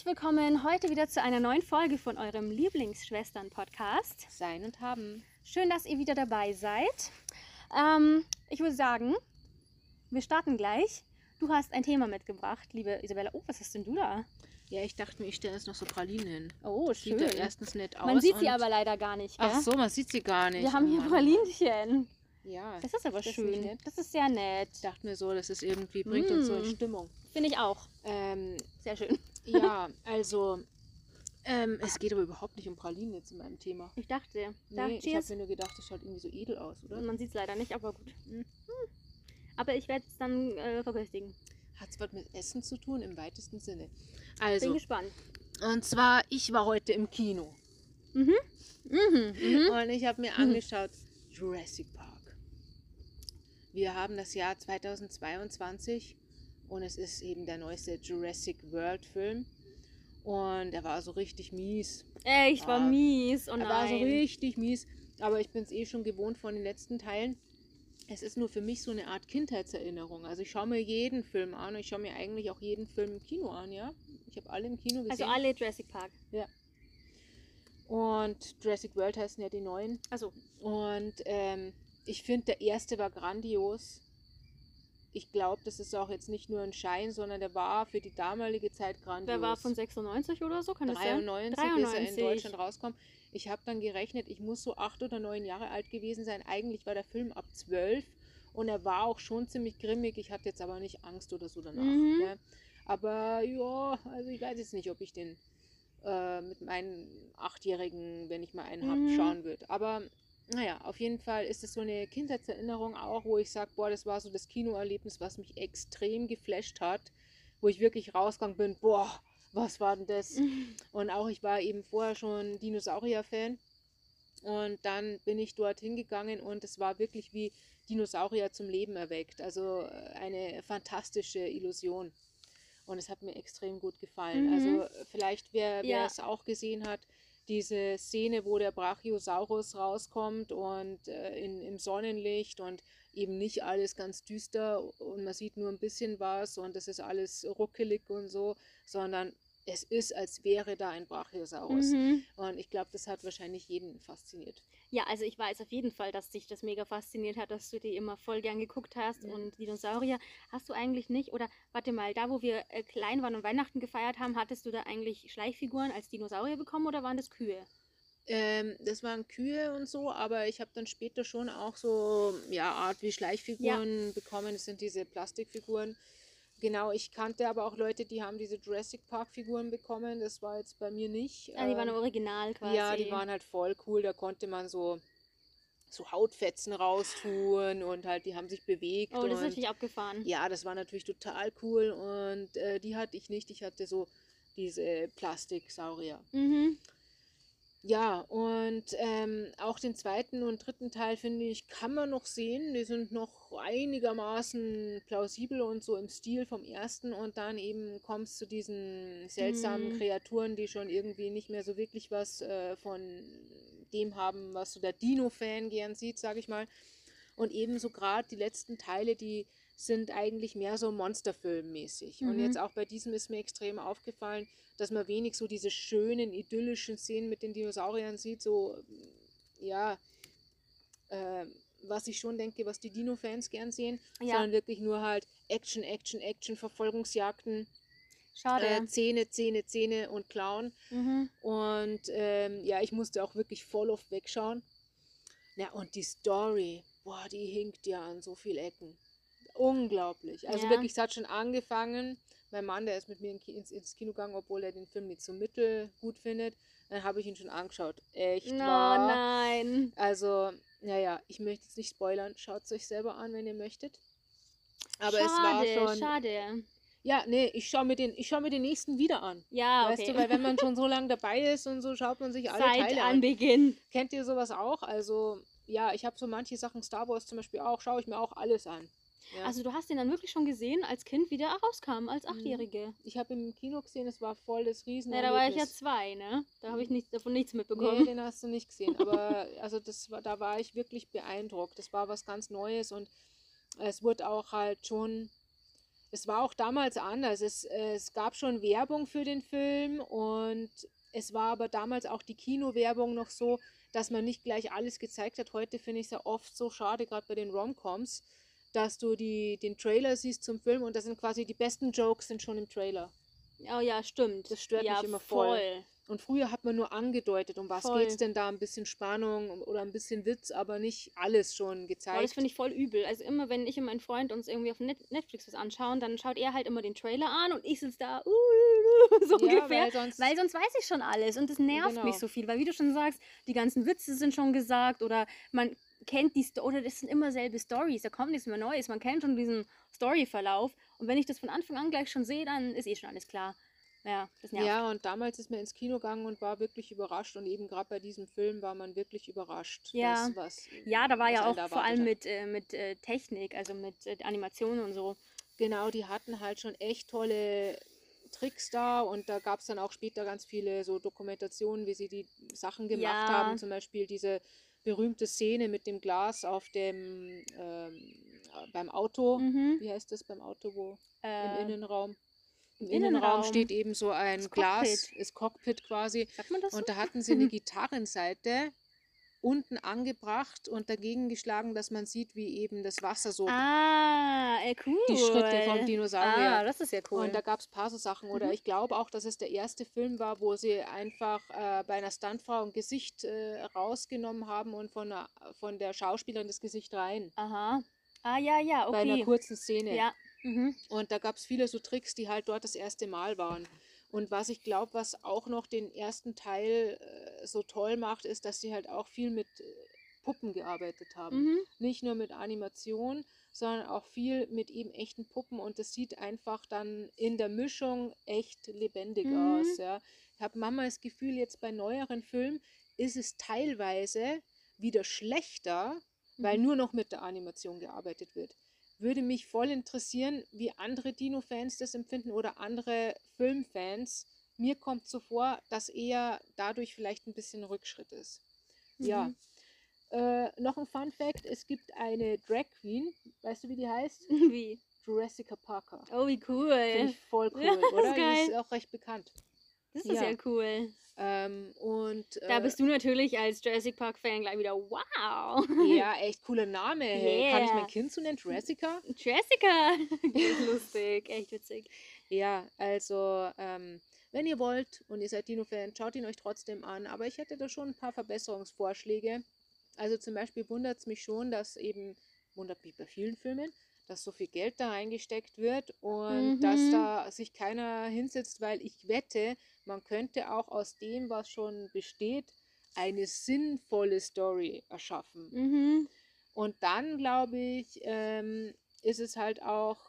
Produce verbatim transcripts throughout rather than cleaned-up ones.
willkommen heute wieder zu einer neuen Folge von eurem Lieblingsschwestern-Podcast. Sein und haben. Schön, dass ihr wieder dabei seid. Ähm, ich würde sagen, wir starten gleich. Du hast ein Thema mitgebracht, liebe Isabella. Oh, was hast denn du da? Ja, ich dachte mir, ich stelle jetzt noch so Pralinen hin. Oh, schön. Sieht ja erstens nett aus. Man sieht sie und- aber leider gar nicht, gell? Ach so, man sieht sie gar nicht. Wir haben Oh hier Mann. Pralinchen. Ja, Das ist aber das schön. nicht nett? Das ist sehr nett. Ich dachte mir so, das ist irgendwie, bringt uns so in Mm. Stimmung. Finde ich auch. Ähm, Sehr schön. ja, also, ähm, es geht aber überhaupt nicht um Pralinen jetzt in meinem Thema. Ich dachte, da, Nee, ich habe cheers. mir nur gedacht, das schaut irgendwie so edel aus, oder? Man sieht es leider nicht, aber gut. Hm. Hm. Aber ich werde es dann äh, verköstigen. Hat es was mit Essen zu tun, im weitesten Sinne. Bin Also, gespannt. und zwar, ich war heute im Kino. Mhm. Mhm. Mhm. Und ich habe mir angeschaut, Jurassic Park. Wir haben das Jahr zweitausendzweiundzwanzig und es ist eben der neueste Jurassic World Film. Und er war so richtig mies. Echt, war Ah, mies. Oh Er war so nein. richtig mies. Aber ich bin es eh schon gewohnt von den letzten Teilen. Es ist nur für mich so eine Art Kindheitserinnerung. Also ich schaue mir jeden Film an und ich schaue mir eigentlich auch jeden Film im Kino an, ja. Ich habe alle im Kino gesehen. Also alle Jurassic Park. Und Jurassic World heißen ja die neuen. Also, Und ähm, ich finde, der erste war grandios. Ich glaube, das ist auch jetzt nicht nur ein Schein, sondern der war für die damalige Zeit grandios. der war von sechsundneunzig oder so, kann das sein? dreiundneunzig, ist er in Deutschland rausgekommen. Ich habe dann gerechnet, ich muss so acht oder neun Jahre alt gewesen sein. Eigentlich war der Film ab zwölf und er war auch schon ziemlich grimmig. Ich hatte jetzt aber nicht Angst oder so danach. Mhm. Ne? Aber ja, also ich weiß jetzt nicht, ob ich den äh, mit meinen Achtjährigen, wenn ich mal einen habe, Mhm. schauen würde. Aber naja, auf jeden Fall ist es so eine Kindheitserinnerung auch, wo ich sage, boah, das war so das Kinoerlebnis, was mich extrem geflasht hat, wo ich wirklich rausgegangen bin, boah, was war denn das? Und auch ich war eben vorher schon Dinosaurier-Fan und dann bin ich dort hingegangen und es war wirklich wie Dinosaurier zum Leben erweckt. Also äh, eine fantastische Illusion. Und es hat mir extrem gut gefallen. Mhm. Also äh, vielleicht, wer, wer Ja. es auch gesehen hat, diese Szene, wo der Brachiosaurus rauskommt und äh, in, im Sonnenlicht und eben nicht alles ganz düster und man sieht nur ein bisschen was und es ist alles ruckelig und so, sondern es ist, als wäre da ein Brachiosaurus. Mhm. Und ich glaube, das hat wahrscheinlich jeden fasziniert. Ja, also ich weiß auf jeden Fall, dass dich das mega fasziniert hat, dass du die immer voll gern geguckt hast. Mhm. Und Dinosaurier hast du eigentlich nicht. Oder warte mal, da wo wir äh, klein waren und Weihnachten gefeiert haben, hattest du da eigentlich Schleichfiguren als Dinosaurier bekommen oder waren das Kühe? Ähm, das waren Kühe und so, aber ich habe dann später schon auch so, ja, Art wie Schleichfiguren bekommen. Das sind diese Plastikfiguren. Genau, ich kannte aber auch Leute, die haben diese Jurassic Park Figuren bekommen. Das war jetzt bei mir nicht. Ah, die waren Ähm, original quasi. ja, die waren halt voll cool. Da konnte man so, so Hautfetzen raustun und halt, die haben sich bewegt. Oh, das ist und richtig abgefahren. ja, das war natürlich total cool. Und äh, die hatte ich nicht. Ich hatte so diese Plastiksaurier. Mhm. Ja, und ähm, auch den zweiten und dritten Teil, finde ich, kann man noch sehen. Die sind noch einigermaßen plausibel und so im Stil vom ersten. Und dann eben kommt es zu diesen seltsamen Mhm. Kreaturen, die schon irgendwie nicht mehr so wirklich was äh, von dem haben, was so der Dino-Fan gern sieht, sage ich mal. Und ebenso gerade die letzten Teile, die sind eigentlich mehr so Monsterfilmmäßig. Und Mhm. jetzt auch bei diesem ist mir extrem aufgefallen, dass man wenig so diese schönen, idyllischen Szenen mit den Dinosauriern sieht, so, ja, äh, was ich schon denke, was die Dino-Fans gern sehen, Ja. sondern wirklich nur halt Action, Action, Action, Verfolgungsjagden, Schade. äh, Zähne, Zähne, Zähne und Klauen. Mhm. Und ähm, ja, ich musste auch wirklich voll oft wegschauen. Ja, und die Story, boah, die hinkt ja an so viel Ecken. Unglaublich. Also Ja. wirklich, es hat schon angefangen. Mein Mann, der ist mit mir in Ki- ins, ins Kino gegangen, obwohl er den Film nicht so mittel gut findet. Dann habe ich ihn schon angeschaut. Echt Oh wahr. nein. Also, naja, ich möchte jetzt nicht spoilern. Schaut es euch selber an, wenn ihr möchtet. Aber schade, es war schon. schade. Ja, nee, ich schaue mir den, ich schaue mir den nächsten wieder an. Ja, Weißt okay. du, weil wenn man schon so lange dabei ist und so, schaut man sich alle Seit Teile an. Anbeginn. Kennt ihr sowas auch? Also, ja, ich habe so manche Sachen, Star Wars zum Beispiel auch, schaue ich mir auch alles an. Ja. Also du hast den dann wirklich schon gesehen, als Kind, wie der rauskam, als Mhm. Achtjährige. Ich habe im Kino gesehen, es war voll das Riesen. Ja, da war ich ja zwei, ne? Da habe ich nicht, davon nichts Nee, mitbekommen. den hast du nicht gesehen. Aber also das war, da war ich wirklich beeindruckt. Das war was ganz Neues und es wurde auch halt schon, es war auch damals anders. Es, äh, es gab schon Werbung für den Film und es war aber damals auch die Kinowerbung noch so, dass man nicht gleich alles gezeigt hat. Heute finde ich es ja oft so schade, gerade bei den Rom-Coms, dass du die, den Trailer siehst zum Film und da sind quasi die besten Jokes sind schon im Trailer. Oh ja, stimmt. Das stört ja, mich immer voll. voll. Und früher hat man nur angedeutet, um was Voll. geht es denn da, ein bisschen Spannung oder ein bisschen Witz, aber nicht alles schon Aber das gezeigt. finde ich voll übel. Also immer, wenn ich und mein Freund uns irgendwie auf Net Netflix was anschauen, dann schaut er halt immer den Trailer an und ich sitze da, uh, uh, uh, so Ja, ungefähr. weil sonst- weil sonst weiß ich schon alles und das nervt Genau. mich so viel. Weil wie du schon sagst, die ganzen Witze sind schon gesagt oder man kennt die Sto oder das sind immer selbe Stories, da kommt nichts mehr Neues. Man kennt schon diesen Storyverlauf und wenn ich das von Anfang an gleich schon sehe, dann ist eh schon alles klar. Ja, das nervt. Ja, und damals ist man ins Kino gegangen und war wirklich überrascht und eben gerade bei diesem Film war man wirklich überrascht. Ja. dass was, Ja, da war was ja einen auch da vor erwartet allem hat. mit, äh, mit äh, Technik, also mit äh, Animationen und so. Genau, die hatten halt schon echt tolle Tricks da und da gab es dann auch später ganz viele so Dokumentationen, wie sie die Sachen gemacht Ja. haben. Zum Beispiel diese berühmte Szene mit dem Glas auf dem ähm, beim Auto. Mhm. Wie heißt das beim Auto, wo Äh, im Innenraum? Im Innenraum. Innenraum steht eben so ein Das Glas, Cockpit. ist Cockpit quasi. Sagt man das so? Und da hatten sie eine Gitarrenseite unten angebracht und dagegen geschlagen, dass man sieht, wie eben das Wasser so Ah, ey, cool. die Schritte vom Dinosaurier. Ah, das ist ja cool. Und da gab es ein paar so Sachen. Oder Mhm. ich glaube auch, dass es der erste Film war, wo sie einfach äh, bei einer Stuntfrau ein Gesicht äh, rausgenommen haben und von, einer, von der Schauspielerin das Gesicht rein. Aha. Ah, ja, ja, Bei einer okay. kurzen Szene. Ja. Mhm. Und da gab es viele so Tricks, die halt dort das erste Mal waren. Und was ich glaube, was auch noch den ersten Teil äh, so toll macht, ist, dass sie halt auch viel mit äh, Puppen gearbeitet haben. Mhm. Nicht nur mit Animation, sondern auch viel mit eben echten Puppen. Und das sieht einfach dann in der Mischung echt lebendig Mhm. aus. Ja. Ich habe manchmal das Gefühl, jetzt bei neueren Filmen ist es teilweise wieder schlechter, weil Mhm. nur noch mit der Animation gearbeitet wird. Würde mich voll interessieren, wie andere Dino-Fans das empfinden oder andere Filmfans. Mir kommt so vor, dass eher dadurch vielleicht ein bisschen Rückschritt ist. Ja. Mhm. Äh, noch ein Fun Fact: Es gibt eine Drag Queen, weißt du, wie die heißt? Wie? Jurassica Parker. Oh, wie cool. Finde ich voll cool, Ja, das ist oder? Die geil. ist auch recht bekannt. Das ist ja, Ja. cool. Ähm, und Da äh, bist du natürlich als Jurassic Park-Fan gleich wieder, wow. ja, echt cooler Name. Hey. Kann ich Yeah. mein Kind so nennen? Jurassica? Jessica. Das ist lustig, echt witzig. Ja, also ähm, wenn ihr wollt und ihr seid Dino-Fan, schaut ihn euch trotzdem an. Aber ich hätte da schon ein paar Verbesserungsvorschläge. Also zum Beispiel wundert es mich schon, dass eben, wundert mich bei vielen Filmen, dass so viel Geld da reingesteckt wird und Mhm. dass da sich keiner hinsetzt, weil ich wette, man könnte auch aus dem, was schon besteht, eine sinnvolle Story erschaffen. Mhm. Und dann, glaube ich, ähm, ist es halt auch,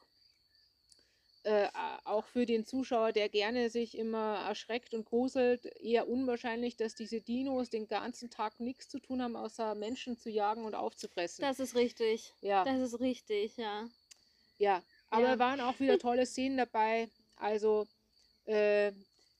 äh, auch für den Zuschauer, der gerne sich immer erschreckt und gruselt, eher unwahrscheinlich, dass diese Dinos den ganzen Tag nichts zu tun haben, außer Menschen zu jagen und aufzufressen. Das ist richtig. Ja, Das ist richtig, ja. ja. Aber Ja. waren auch wieder tolle Szenen dabei. Also äh,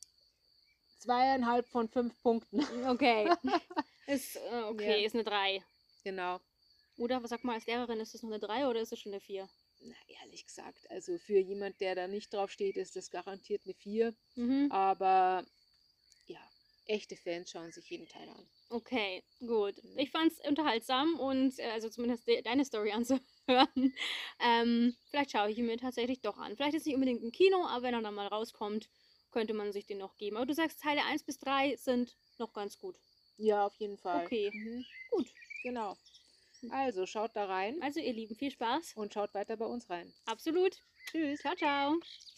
zweieinhalb von fünf Punkten. Okay. Ist, äh, okay, Ja. ist eine drei. Genau. Oder was sag mal als Lehrerin, ist das noch eine drei oder ist es schon eine vier? Na, ehrlich gesagt, also für jemand, der da nicht drauf steht, ist das garantiert eine vier. Mhm. Aber ja, echte Fans schauen sich jeden Teil an. Okay, gut. Mhm. Ich fand es unterhaltsam und äh, also zumindest de deine Story anzuhören. Ähm, vielleicht schaue ich ihn mir tatsächlich doch an. Vielleicht ist nicht unbedingt im Kino, aber wenn er dann mal rauskommt, könnte man sich den noch geben. Aber du sagst, Teile eins bis drei sind noch ganz gut. Ja, auf jeden Fall. Okay, Mhm. gut. Genau. Also schaut da rein Also ihr Lieben, viel Spaß. und schaut weiter bei uns rein. Absolut. Tschüss. Ciao, ciao.